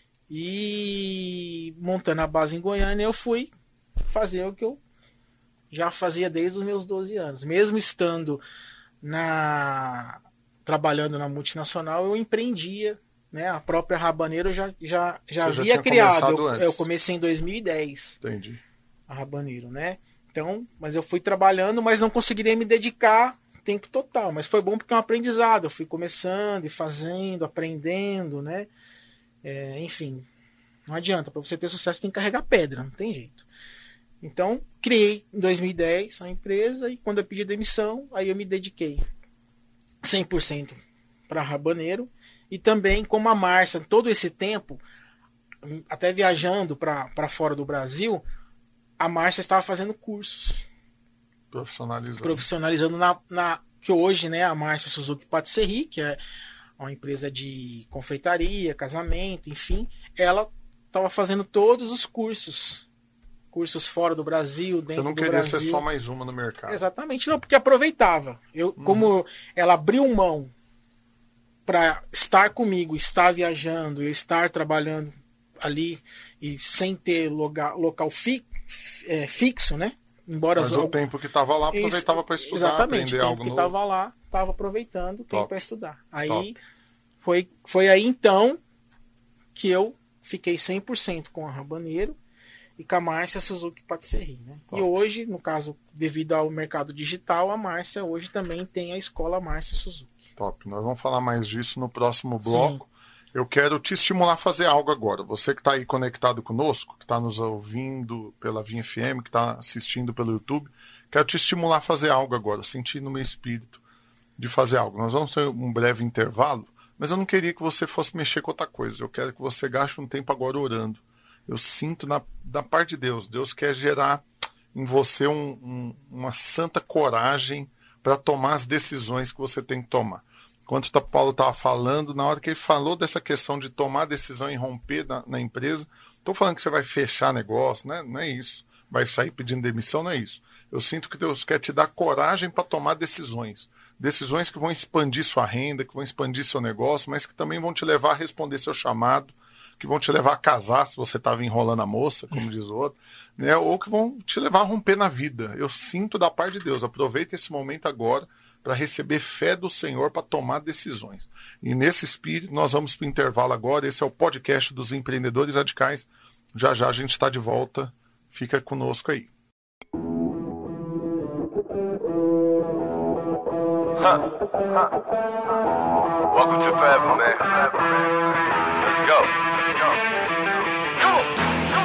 E montando a base em Goiânia, eu fui fazer o que eu já fazia desde os meus 12 anos. Mesmo estando trabalhando na multinacional, eu empreendia, né? A própria Rabaneiro eu já havia criado. Eu comecei em 2010. Entendi. A Rabaneiro, né? Então, mas eu fui trabalhando, mas não conseguiria me dedicar tempo total. Mas foi bom porque é um aprendizado. Eu fui começando e fazendo, aprendendo, né? Enfim, não adianta. Para você ter sucesso, tem que carregar pedra, não tem jeito. Então, criei em 2010 a empresa e quando eu pedi demissão, aí eu me dediquei 100% para a Rabaneiro. E também, como a Márcia, todo esse tempo, até viajando para fora do Brasil, a Márcia estava fazendo cursos. Profissionalizando que hoje, né, a Márcia Suzuki Patisserie, que é uma empresa de confeitaria, casamento, enfim, ela estava fazendo todos os cursos fora do Brasil, dentro do Brasil. Você não queria ser só mais uma no mercado. Exatamente, não, porque aproveitava. Como ela abriu mão para estar comigo, estar viajando, eu estar trabalhando ali e sem ter local fixo, né? Mas o tempo que estava lá aproveitava para estudar, exatamente, aprender algo novo. O tempo que estava lá, estava aproveitando o tempo para estudar. Aí foi aí então que eu fiquei 100% com a Rabaneiro e com a Márcia Suzuki Patisserie, né? E hoje, no caso, devido ao mercado digital, a Márcia hoje também tem a escola Márcia Suzuki. Top. Nós vamos falar mais disso no próximo bloco. Sim. Eu quero te estimular a fazer algo agora. Você que está aí conectado conosco, que está nos ouvindo pela Vinha FM, que está assistindo pelo YouTube, quero te estimular a fazer algo agora, sentir no meu espírito de fazer algo. Nós vamos ter um breve intervalo, mas eu não queria que você fosse mexer com outra coisa. Eu quero que você gaste um tempo agora orando. Eu sinto da parte de Deus. Deus quer gerar em você uma santa coragem para tomar as decisões que você tem que tomar. Enquanto o Paulo estava falando, na hora que ele falou dessa questão de tomar decisão e romper na empresa, estou falando que você vai fechar negócio, né? Não é isso. Vai sair pedindo demissão, não é isso. Eu sinto que Deus quer te dar coragem para tomar decisões. Decisões que vão expandir sua renda, que vão expandir seu negócio, mas que também vão te levar a responder seu chamado, que vão te levar a casar se você estava enrolando a moça, como diz o outro, né? Ou que vão te levar a romper na vida. Eu sinto da parte de Deus. Aproveita esse momento agora para receber fé do Senhor para tomar decisões. E nesse espírito, nós vamos para o intervalo agora. Esse é o podcast dos Empreendedores Radicais. Já já a gente está de volta. Fica conosco aí. Welcome to Forever, man. Let's go. Come on.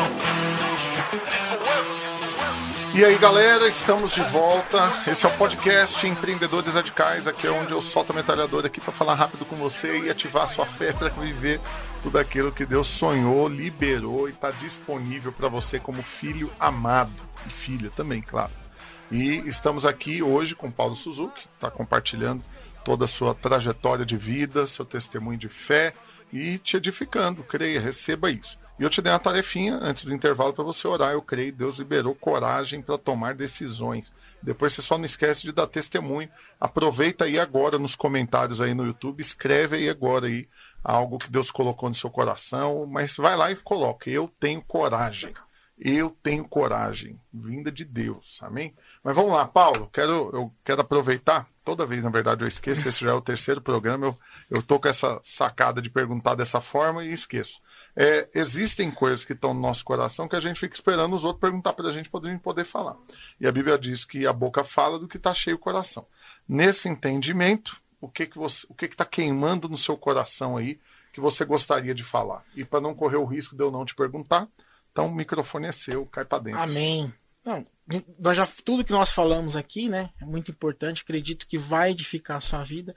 It's forever. E aí, galera, estamos de volta. Esse é o podcast Empreendedores Radicais. Aqui é onde eu solto a metralhadora aqui para falar rápido com você e ativar a sua fé para viver tudo aquilo que Deus sonhou, liberou e está disponível para você como filho amado e filha também, claro. E estamos aqui hoje com Paulo Suzuki, que está compartilhando toda a sua trajetória de vida, seu testemunho de fé e te edificando. Creia, receba isso. E eu te dei uma tarefinha antes do intervalo para você orar. Eu creio, Deus liberou coragem para tomar decisões. Depois você só não esquece de dar testemunho. Aproveita aí agora nos comentários aí no YouTube, escreve aí agora aí algo que Deus colocou no seu coração, mas vai lá e coloca: eu tenho coragem. Eu tenho coragem, vinda de Deus, amém? Mas vamos lá, Paulo, eu quero aproveitar, toda vez, na verdade, eu esqueço, esse já é o terceiro programa, eu tô com essa sacada de perguntar dessa forma e esqueço. Existem coisas que estão no nosso coração que a gente fica esperando os outros perguntar pra gente poder falar. E a Bíblia diz que a boca fala do que está cheio o coração. Nesse entendimento, o que está queimando no seu coração aí que você gostaria de falar? E para não correr o risco de eu não te perguntar, então o microfone é seu, cai para dentro. Amém. Não, tudo que nós falamos aqui, né, é muito importante, acredito que vai edificar a sua vida,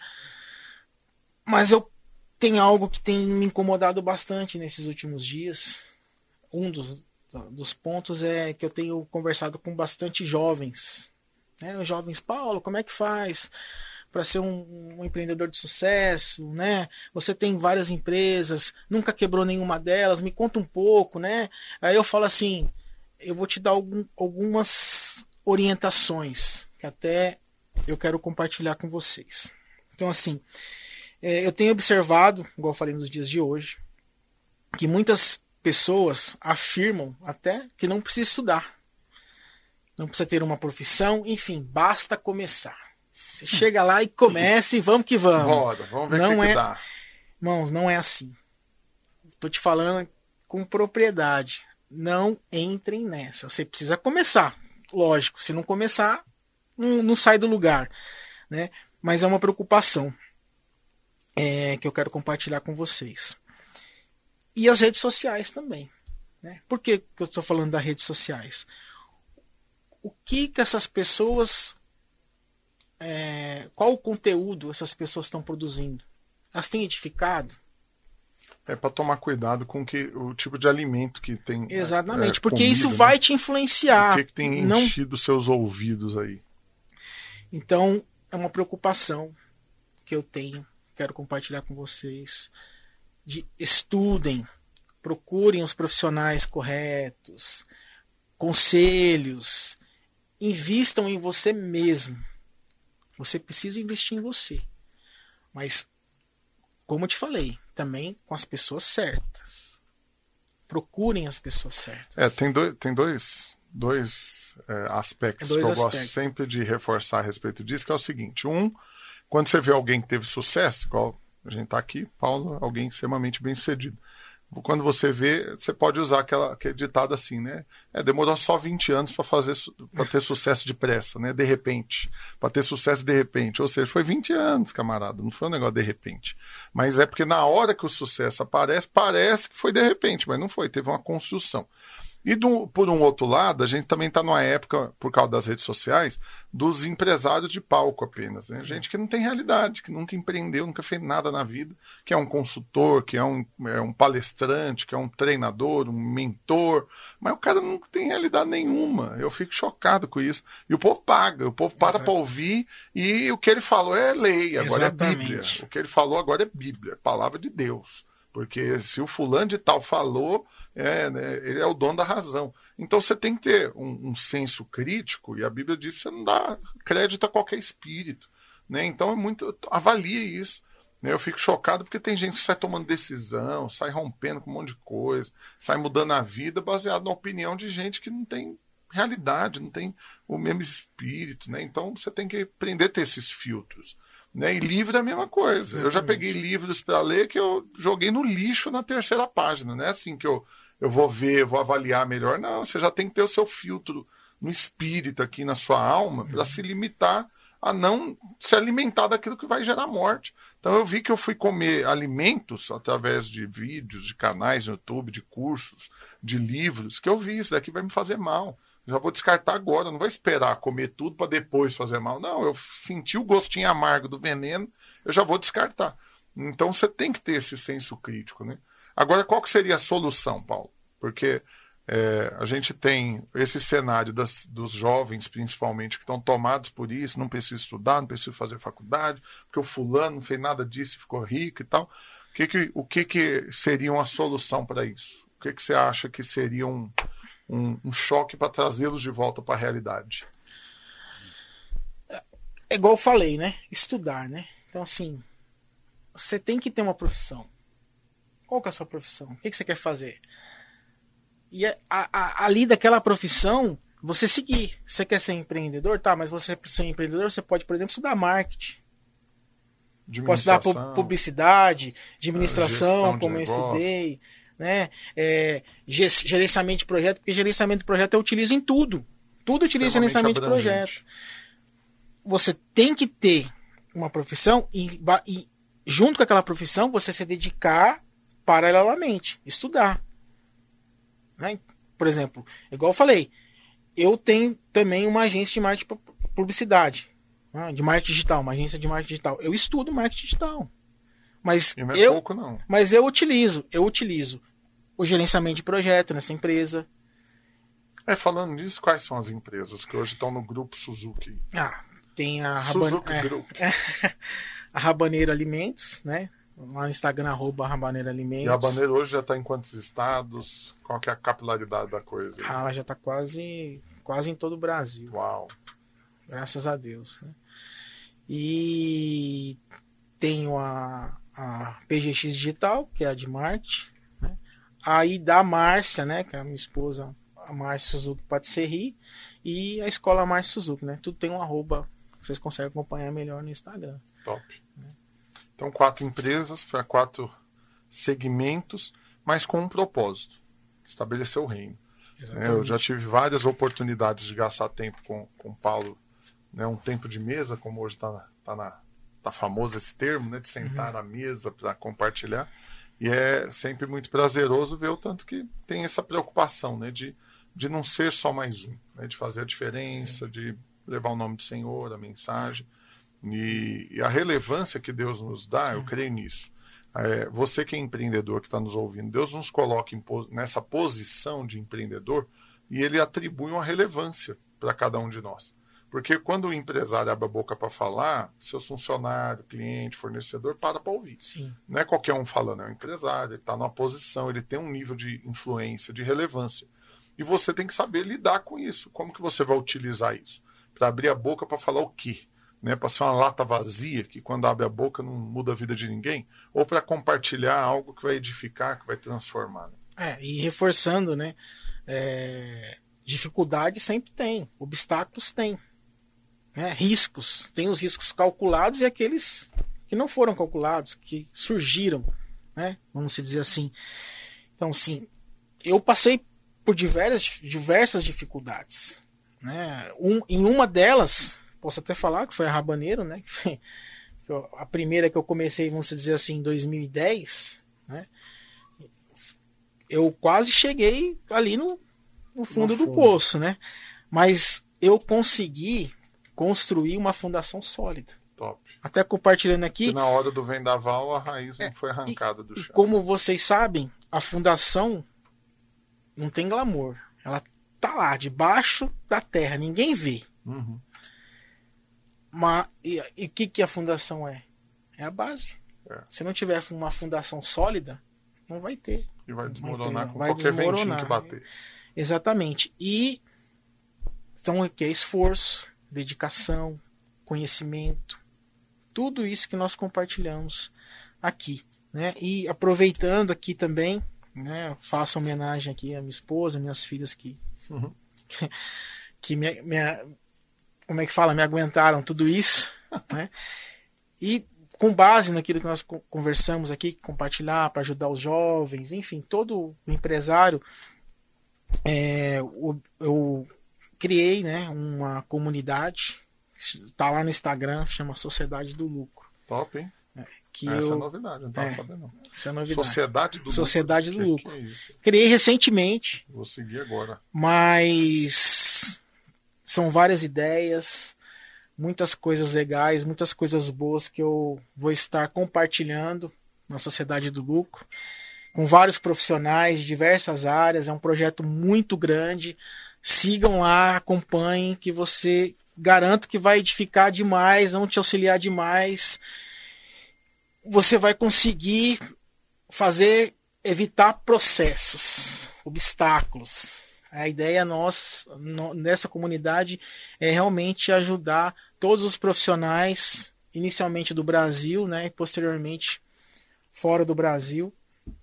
mas eu tenho algo que tem me incomodado bastante nesses últimos dias. Um dos pontos é que eu tenho conversado com bastante jovens, né, os jovens: Paulo, como é que faz para ser um empreendedor de sucesso, né? Você tem várias empresas, nunca quebrou nenhuma delas, me conta um pouco, né? Aí eu falo assim: eu vou te dar algumas orientações que até eu quero compartilhar com vocês. Então, assim, eu tenho observado, igual eu falei nos dias de hoje, que muitas pessoas afirmam até que não precisa estudar, não precisa ter uma profissão, enfim, basta começar. Você chega lá e começa e vamos que vamos. Bora, vamos ver o que dá. Irmãos, não é assim. Estou te falando com propriedade. Não entrem nessa. Você precisa começar. Lógico, se não começar, não sai do lugar, né? Mas é uma preocupação que eu quero compartilhar com vocês. E as redes sociais também, né? Por que eu estou falando das redes sociais? O que essas pessoas... qual o conteúdo essas pessoas estão produzindo? Elas têm edificado? É para tomar cuidado com o tipo de alimento que tem. Exatamente, porque comida, isso vai né? te influenciar. O que tem enchido seus ouvidos aí? Então, é uma preocupação que eu tenho, quero compartilhar com vocês. Estudem, procurem os profissionais corretos, conselhos, invistam em você mesmo. Você precisa investir em você. Mas, como eu te falei, também com as pessoas certas. Procurem as pessoas certas. Tem dois aspectos que eu gosto sempre de reforçar a respeito disso, que é o seguinte: quando você vê alguém que teve sucesso, igual a gente está aqui, Paulo, alguém extremamente bem-sucedido. Quando você vê, você pode usar aquele ditado assim, né? Demorou só 20 anos para ter sucesso depressa, né? De repente. Para ter sucesso de repente. Ou seja, foi 20 anos, camarada. Não foi um negócio de repente. Mas é porque na hora que o sucesso aparece, parece que foi de repente, mas não foi. Teve uma construção. E por um outro lado, a gente também está numa época, por causa das redes sociais, dos empresários de palco apenas. Né? Gente que não tem realidade, que nunca empreendeu, nunca fez nada na vida, que é um consultor, que é um palestrante, que é um treinador, um mentor, mas o cara não tem realidade nenhuma. Eu fico chocado com isso. E o povo paga, o povo para ouvir, e o que ele falou é lei, agora é Bíblia. O que ele falou agora é Bíblia, é palavra de Deus. Porque se o fulano de tal falou, né, ele é o dono da razão. Então você tem que ter um senso crítico, e a Bíblia diz que você não dá crédito a qualquer espírito. Né? Então avalie isso. Né? Eu fico chocado porque tem gente que sai tomando decisão, sai rompendo com um monte de coisa, sai mudando a vida baseado na opinião de gente que não tem realidade, não tem o mesmo espírito. Né? Então você tem que aprender a ter esses filtros. Né? E livro é a mesma coisa. Exatamente. Eu já peguei livros para ler que eu joguei no lixo na terceira página. Não é assim que eu vou ver, vou avaliar melhor. Não, você já tem que ter o seu filtro no espírito aqui na sua alma para se limitar a não se alimentar daquilo que vai gerar morte. Então eu vi que eu fui comer alimentos através de vídeos, de canais no YouTube, de cursos, de livros, que eu vi, isso daqui vai me fazer mal. Já vou descartar agora, não vou esperar comer tudo para depois fazer mal. Não, eu senti o gostinho amargo do veneno, eu já vou descartar. Então você tem que ter esse senso crítico, né? Agora, qual que seria a solução, Paulo? Porque a gente tem esse cenário dos jovens, principalmente, que estão tomados por isso, não precisa estudar, não precisa fazer faculdade, porque o fulano não fez nada disso e ficou rico e tal. O que seria uma solução para isso? O que você acha que seria um choque para trazê-los de volta para a realidade? É igual eu falei, né? Estudar, né? Então, assim, você tem que ter uma profissão. Qual que é a sua profissão? O que você quer fazer? E ali daquela profissão, você seguir. Você quer ser empreendedor? Tá, mas você ser empreendedor, você pode, por exemplo, estudar marketing. Pode estudar publicidade, administração, como eu estudei, né? Gerenciamento de projeto, porque gerenciamento de projeto eu utilizo em tudo. Tudo utiliza gerenciamento de projeto. Você tem que ter uma profissão e junto com aquela profissão, você se dedicar paralelamente, estudar. Né? Por exemplo, igual eu falei, eu tenho também uma agência de marketing publicidade, né? De marketing digital, uma agência de marketing digital. Eu estudo marketing digital. Mas e não é pouco, não. Mas eu utilizo o gerenciamento de projeto nessa empresa. Falando nisso, quais são as empresas que hoje estão no grupo Suzuki? Tem a Suzuki Group. A Rabaneiro Alimentos, né? Lá no Instagram, @RabaneirOalimentos. E a Rabaneiro hoje já está em quantos estados? Qual que é a capilaridade da coisa? Ela já está quase em todo o Brasil. Uau! Graças a Deus. Né? E tenho a PGX Digital, que é a de marketing. Né? Aí da Márcia, né? Que é a minha esposa, a Márcia Suzuki Patisserie. E a Escola Márcia Suzuki, né? Tudo tem um @, vocês conseguem acompanhar melhor no Instagram. Top. Então, 4 empresas para 4 segmentos, mas com um propósito: estabelecer o reino. Eu já tive várias oportunidades de gastar tempo com o Paulo, né, um tempo de mesa, como hoje tá famoso esse termo, né, de sentar à mesa para compartilhar. E é sempre muito prazeroso ver o tanto que tem essa preocupação, né, de não ser só mais um, né, de fazer a diferença, Sim. de levar o nome do Senhor, a mensagem. E a relevância que Deus nos dá, eu creio nisso. Você que é empreendedor, que está nos ouvindo, Deus nos coloca nessa posição de empreendedor e Ele atribui uma relevância para cada um de nós. Porque quando o empresário abre a boca para falar, seus funcionários, cliente, fornecedor, para ouvir. Sim. Não é qualquer um falando, é um empresário, ele está numa posição, ele tem um nível de influência, de relevância. E você tem que saber lidar com isso. Como que você vai utilizar isso? Para abrir a boca para falar o quê? Né, para ser uma lata vazia, que quando abre a boca não muda a vida de ninguém, ou para compartilhar algo que vai edificar, que vai transformar. Né? E reforçando, né, dificuldade sempre tem, obstáculos tem, né, riscos, tem os riscos calculados e aqueles que não foram calculados, que surgiram, né, vamos dizer assim. Então, sim, eu passei por diversas dificuldades, né, em uma delas posso até falar que foi a Rabaneiro, né? A primeira que eu comecei, vamos dizer assim, em 2010, né? Eu quase cheguei ali no fundo do poço, né? Mas eu consegui construir uma fundação sólida. Top. Até compartilhando aqui. E na hora do vendaval, a raiz não foi arrancada do chão. E como vocês sabem, a fundação não tem glamour. Ela tá lá, debaixo da terra, ninguém vê. Uhum. E o que a fundação é? É a base. Se não tiver uma fundação sólida, não vai ter. E vai desmoronar com qualquer ventinho que bater. Exatamente. E então aqui é esforço, dedicação, conhecimento, tudo isso que nós compartilhamos aqui, né? E aproveitando aqui também, né, faço homenagem aqui à minha esposa, minhas filhas que como é que fala? Me aguentaram tudo isso, né? E com base naquilo que nós conversamos aqui, compartilhar para ajudar os jovens, enfim, todo o empresário, eu criei, né, uma comunidade Tá lá no Instagram, chama Sociedade do Lucro. Top, hein? Que Essa é novidade, não tava sabendo não. Essa é novidade. Sociedade do Lucro. Que é isso? Criei recentemente. Vou seguir agora. Mas são várias ideias, muitas coisas legais, muitas coisas boas que eu vou estar compartilhando na Sociedade do Lucro, com vários profissionais de diversas áreas. É um projeto muito grande. Sigam lá, acompanhem, que você garanto que vai edificar demais, vão te auxiliar demais. Você vai conseguir evitar processos, obstáculos. A ideia nossa, nessa comunidade, é realmente ajudar todos os profissionais, inicialmente do Brasil, né, e posteriormente fora do Brasil.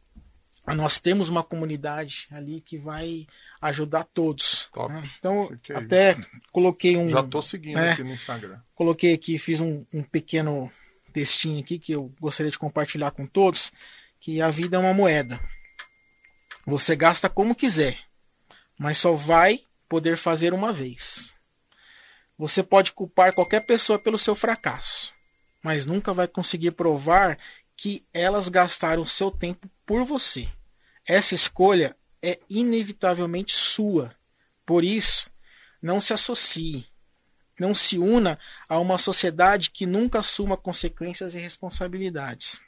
Nós temos uma comunidade ali que vai ajudar todos. Né? Então, até coloquei um... Já estou seguindo aqui no Instagram. Coloquei aqui, fiz um pequeno textinho aqui que eu gostaria de compartilhar com todos, que a vida é uma moeda. Você gasta como quiser, mas só vai poder fazer uma vez. Você pode culpar qualquer pessoa pelo seu fracasso, mas nunca vai conseguir provar que elas gastaram seu tempo por você. Essa escolha é inevitavelmente sua. Por isso, não se associe. Não se una a uma sociedade que nunca assuma consequências e responsabilidades.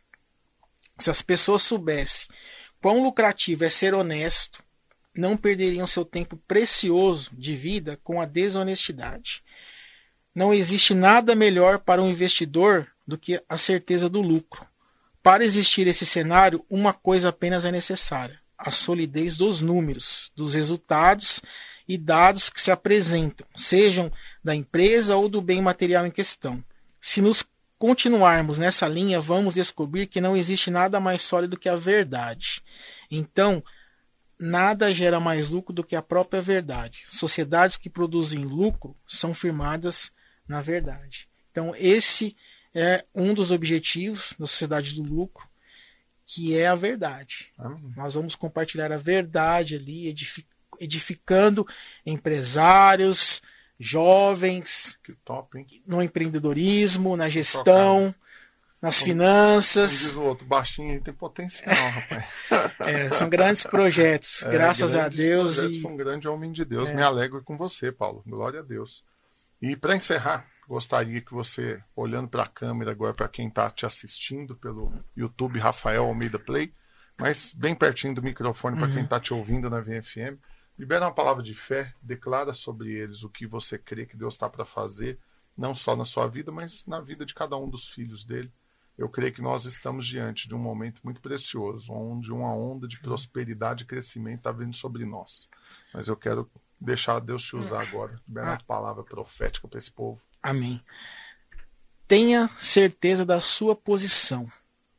Se as pessoas soubessem quão lucrativo é ser honesto, não perderiam seu tempo precioso de vida com a desonestidade. Não existe nada melhor para um investidor do que a certeza do lucro. Para existir esse cenário, uma coisa apenas é necessária: a solidez dos números, dos resultados e dados que se apresentam, sejam da empresa ou do bem material em questão. Se nos continuarmos nessa linha, vamos descobrir que não existe nada mais sólido que a verdade. Então, nada gera mais lucro do que a própria verdade. Sociedades que produzem lucro são firmadas na verdade. Então, esse é um dos objetivos da Sociedade do Lucro, que é a verdade. Nós vamos compartilhar a verdade ali, edificando empresários, jovens, que top, hein? No empreendedorismo, na gestão, nas finanças. Como diz o outro, baixinho tem potencial, rapaz. São grandes projetos, graças a Deus. Um grande homem de Deus. Me alegro com você, Paulo. Glória a Deus. E para encerrar, gostaria que você, olhando para a câmera agora, para quem está te assistindo pelo YouTube, Rafael Almeida Play, mas bem pertinho do microfone para quem está te ouvindo na VFM, libera uma palavra de fé, declara sobre eles o que você crê que Deus está para fazer, não só na sua vida, mas na vida de cada um dos filhos dele. Eu creio que nós estamos diante de um momento muito precioso, onde uma onda de prosperidade e crescimento está vindo sobre nós. Mas eu quero deixar Deus te usar agora, libera uma palavra profética para esse povo. Amém. Tenha certeza da sua posição.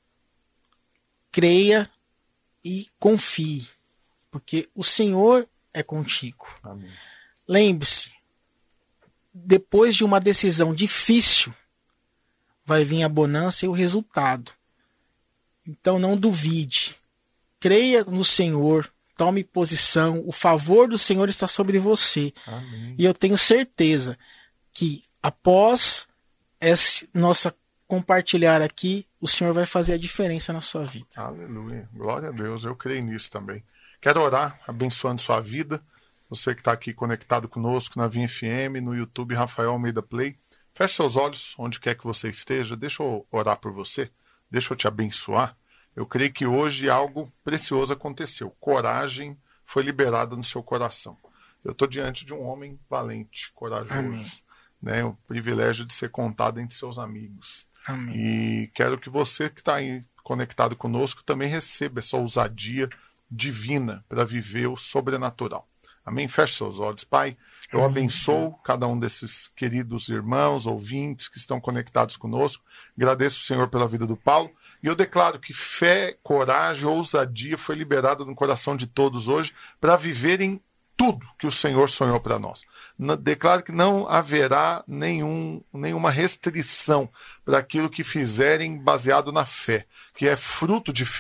Creia e confie, porque o Senhor é contigo. Amém. Lembre-se, depois de uma decisão difícil, vai vir a bonança e o resultado. Então não duvide. Creia no Senhor, tome posição, o favor do Senhor está sobre você. Amém. E eu tenho certeza que após esse nossa compartilhar aqui, o Senhor vai fazer a diferença na sua vida. Aleluia. Glória a Deus. Eu creio nisso também. Quero orar, abençoando sua vida. Você que está aqui conectado conosco na Vinha FM, no YouTube Rafael Almeida Play. Feche seus olhos, onde quer que você esteja. Deixa eu orar por você. Deixa eu te abençoar. Eu creio que hoje algo precioso aconteceu. Coragem foi liberada no seu coração. Eu estou diante de um homem valente, corajoso. Amém. Né, o privilégio de ser contado entre seus amigos. Amém. E quero que você que está aí conectado conosco também receba essa ousadia divina para viver o sobrenatural. Amém? Feche seus olhos. Pai, eu abençoo cada um desses queridos irmãos, ouvintes que estão conectados conosco. Agradeço o Senhor pela vida do Paulo. E eu declaro que fé, coragem, ousadia foi liberada no coração de todos hoje para viverem tudo que o Senhor sonhou para nós. Declaro que não haverá nenhuma restrição para aquilo que fizerem baseado na fé, que é fruto de fé,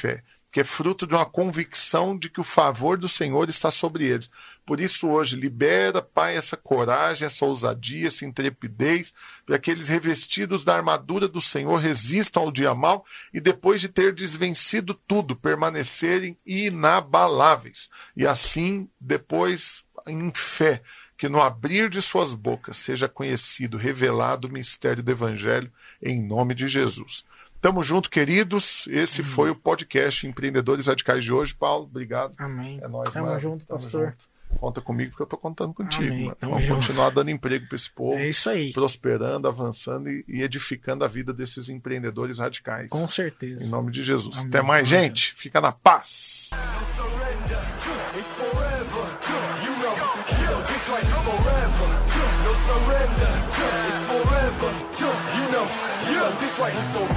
que é fruto de uma convicção de que o favor do Senhor está sobre eles. Por isso hoje, libera, Pai, essa coragem, essa ousadia, essa intrepidez, para que eles, revestidos da armadura do Senhor, resistam ao dia mau e depois de ter desvencido tudo, permanecerem inabaláveis. E assim, depois, em fé, que no abrir de suas bocas seja conhecido, revelado o mistério do Evangelho, em nome de Jesus. Tamo junto, queridos. Esse foi o podcast Empreendedores Radicais de hoje. Paulo, obrigado. Amém. É nóis, Tamo mano. junto, Tamo pastor. junto. Conta comigo porque eu tô contando contigo. Amém. Mano. Tamo Vamos junto. continuar dando emprego para esse povo, É isso aí. prosperando, avançando e edificando a vida desses empreendedores radicais. Com certeza. Em nome de Jesus. Amém. Até mais, Amém. gente. Fica na paz. This way,